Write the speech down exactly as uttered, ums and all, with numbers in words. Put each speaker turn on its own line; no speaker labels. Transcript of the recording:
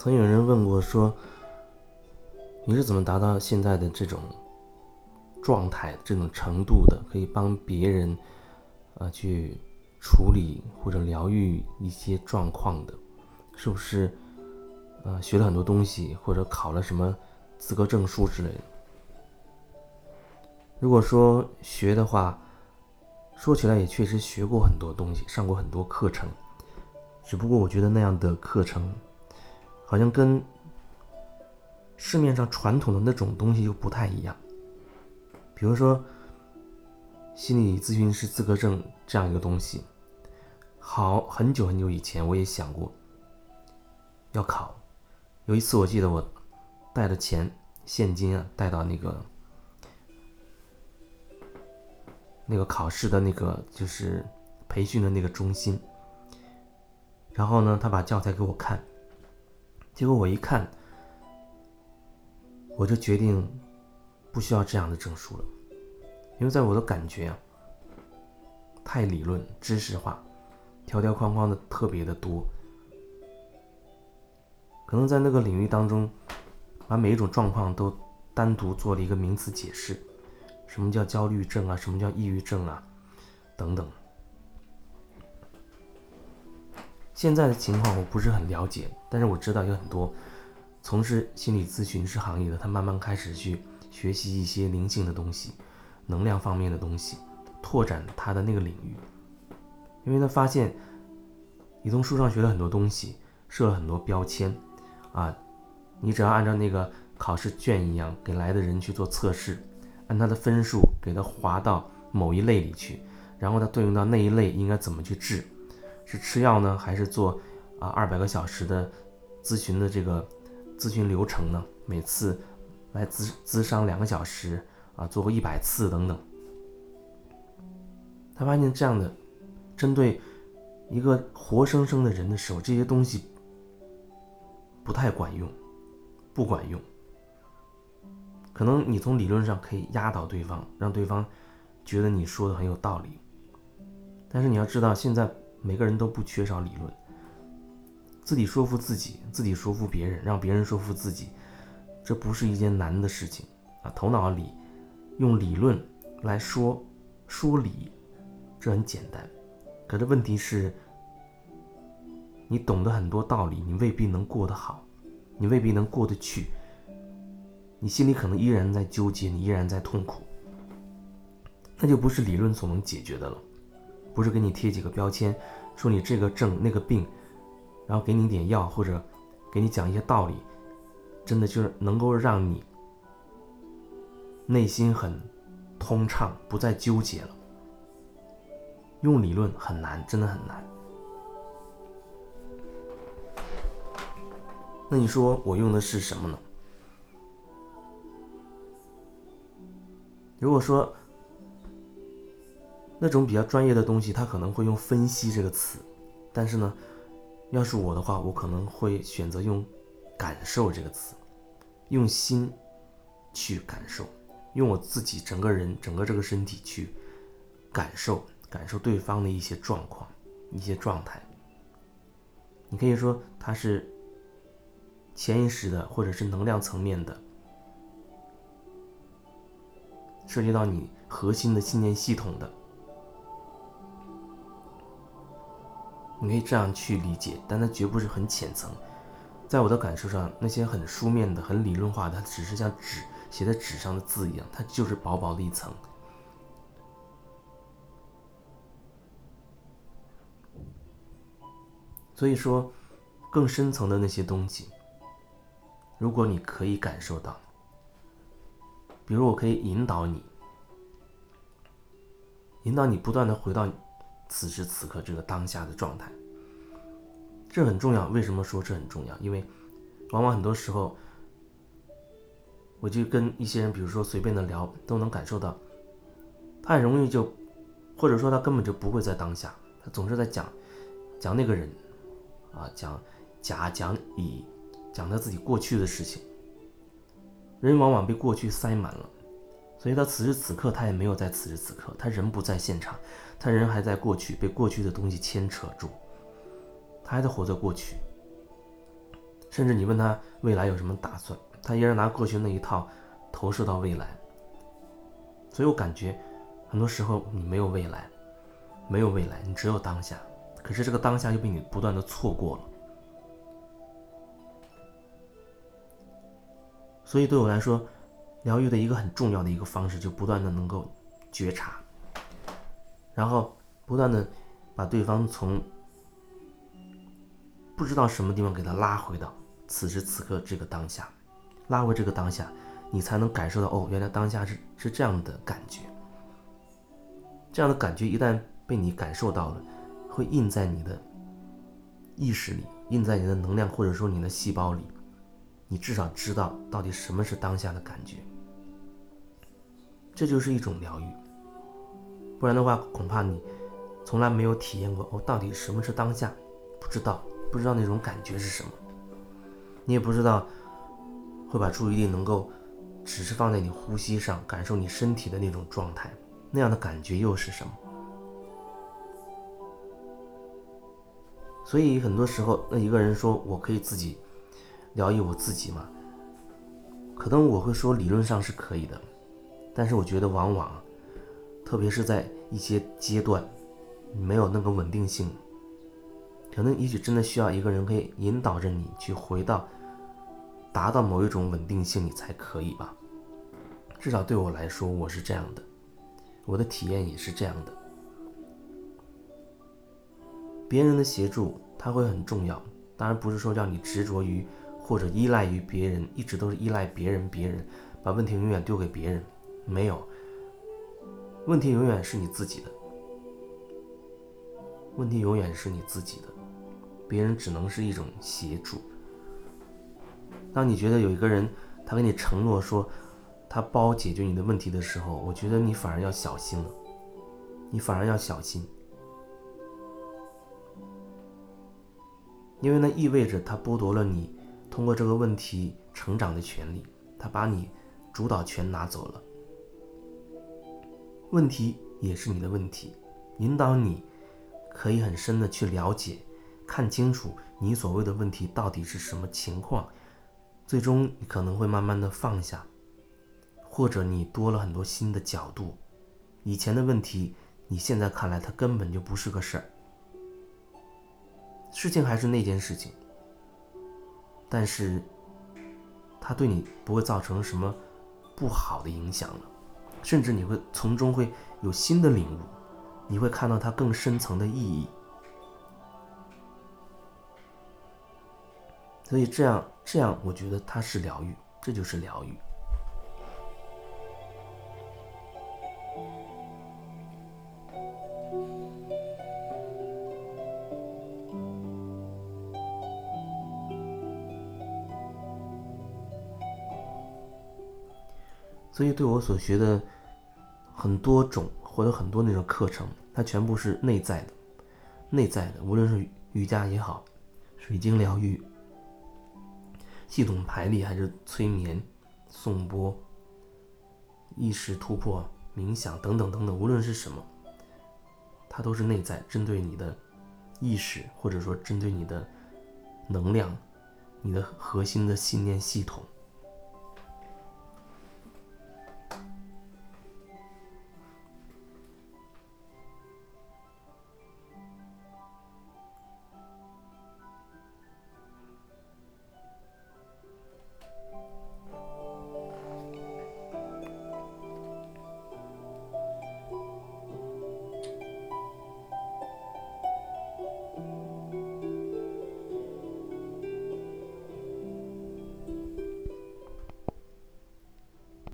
曾有人问过说，你是怎么达到现在的这种状态、这种程度的，可以帮别人呃去处理或者疗愈一些状况的？是不是呃学了很多东西，或者考了什么资格证书之类的？如果说学的话，说起来也确实学过很多东西，上过很多课程，只不过我觉得那样的课程好像跟市面上传统的那种东西又不太一样。比如说心理咨询师资格证这样一个东西，好，很久很久以前我也想过要考。有一次我记得我带着钱现金啊，带到那个那个考试的那个就是培训的那个中心，然后呢他把教材给我看，结果我一看，我就决定不需要这样的证书了。因为在我的感觉啊，太理论知识化，条条框框的特别的多，可能在那个领域当中把每一种状况都单独做了一个名词解释，什么叫焦虑症啊，什么叫抑郁症啊等等。现在的情况我不是很了解，但是我知道有很多从事心理咨询师行业的，他慢慢开始去学习一些灵性的东西，能量方面的东西，拓展他的那个领域。因为他发现你从书上学了很多东西，设了很多标签啊，你只要按照那个考试卷一样给来的人去做测试，按他的分数给他划到某一类里去，然后他对应到那一类应该怎么去治，是吃药呢，还是做啊二百个小时的咨询的这个咨询流程呢？每次来咨咨商两个小时啊，做过一百次等等。他发现这样的针对一个活生生的人的时候，这些东西不太管用，不管用。可能你从理论上可以压倒对方，让对方觉得你说的很有道理，但是你要知道，现在每个人都不缺少理论，自己说服自己，自己说服别人，让别人说服自己，这不是一件难的事情啊。头脑里用理论来说说理，这很简单，可是问题是，你懂得很多道理，你未必能过得好，你未必能过得去，你心里可能依然在纠结，你依然在痛苦，那就不是理论所能解决的了。不是给你贴几个标签，说你这个症那个病，然后给你点药，或者给你讲一些道理，真的就是能够让你内心很通畅，不再纠结了。用理论很难，真的很难。那你说我用的是什么呢？如果说那种比较专业的东西，他可能会用分析这个词，但是呢，要是我的话，我可能会选择用感受这个词，用心去感受，用我自己整个人整个这个身体去感受感受对方的一些状况，一些状态。你可以说它是潜意识的，或者是能量层面的，涉及到你核心的信念系统的，你可以这样去理解，但它绝不是很浅层。在我的感受上，那些很书面的、很理论化的，它只是像纸写在纸上的字一样，它就是薄薄的一层。所以说，更深层的那些东西，如果你可以感受到，比如我可以引导你，引导你不断的回到此时此刻这个当下的状态，这很重要。为什么说这很重要？因为往往很多时候，我就跟一些人，比如说随便的聊，都能感受到，他很容易就，或者说他根本就不会在当下，他总是在讲讲那个人啊，讲甲讲乙，讲他自己过去的事情。人往往被过去塞满了，所以他此时此刻他也没有在此时此刻，他人不在现场，他人还在过去，被过去的东西牵扯住，他还在活在过去。 甚至你问他未来有什么打算，他依然拿过去那一套投射到未来。所以我感觉很多时候你没有未来，没有未来，你只有当下，可是这个当下又被你不断的错过了。所以对我来说，疗愈的一个很重要的一个方式，就不断的能够觉察，然后不断的把对方从不知道什么地方给他拉回到此时此刻这个当下，拉回这个当下，你才能感受到，哦，原来当下是是这样的感觉。这样的感觉一旦被你感受到了，会印在你的意识里，印在你的能量或者说你的细胞里，你至少知道到底什么是当下的感觉。这就是一种疗愈。不然的话，恐怕你从来没有体验过，哦，到底什么是当下，不知道，不知道那种感觉是什么。你也不知道会把注意力能够只是放在你呼吸上，感受你身体的那种状态，那样的感觉又是什么。所以很多时候，那一个人说我可以自己疗愈我自己吗？可能我会说理论上是可以的，但是我觉得往往特别是在一些阶段没有那个稳定性，可能也许真的需要一个人可以引导着你去回到达到某一种稳定性，你才可以吧。至少对我来说，我是这样的，我的体验也是这样的。别人的协助它会很重要，当然不是说让你执着于或者依赖于别人，一直都是依赖别人别人把问题永远丢给别人，没有，问题永远是你自己的，问题永远是你自己的，别人只能是一种协助。当你觉得有一个人他给你承诺说他包解决你的问题的时候，我觉得你反而要小心了，你反而要小心，因为那意味着他剥夺了你通过这个问题成长的权利，他把你主导权拿走了。问题也是你的问题，引导你可以很深的去了解，看清楚你所谓的问题到底是什么情况，最终你可能会慢慢的放下，或者你多了很多新的角度，以前的问题你现在看来它根本就不是个事儿，事情还是那件事情，但是它对你不会造成什么不好的影响了，甚至你会从中会有新的领悟，你会看到它更深层的意义。所以这样这样我觉得它是疗愈，这就是疗愈。所以对我所学的很多种或者很多那种课程，它全部是内在的，内在的，无论是瑜伽也好，水晶疗愈、系统排列，还是催眠、颂钵、意识突破、冥想等等等等，无论是什么，它都是内在，针对你的意识，或者说针对你的能量，你的核心的信念系统。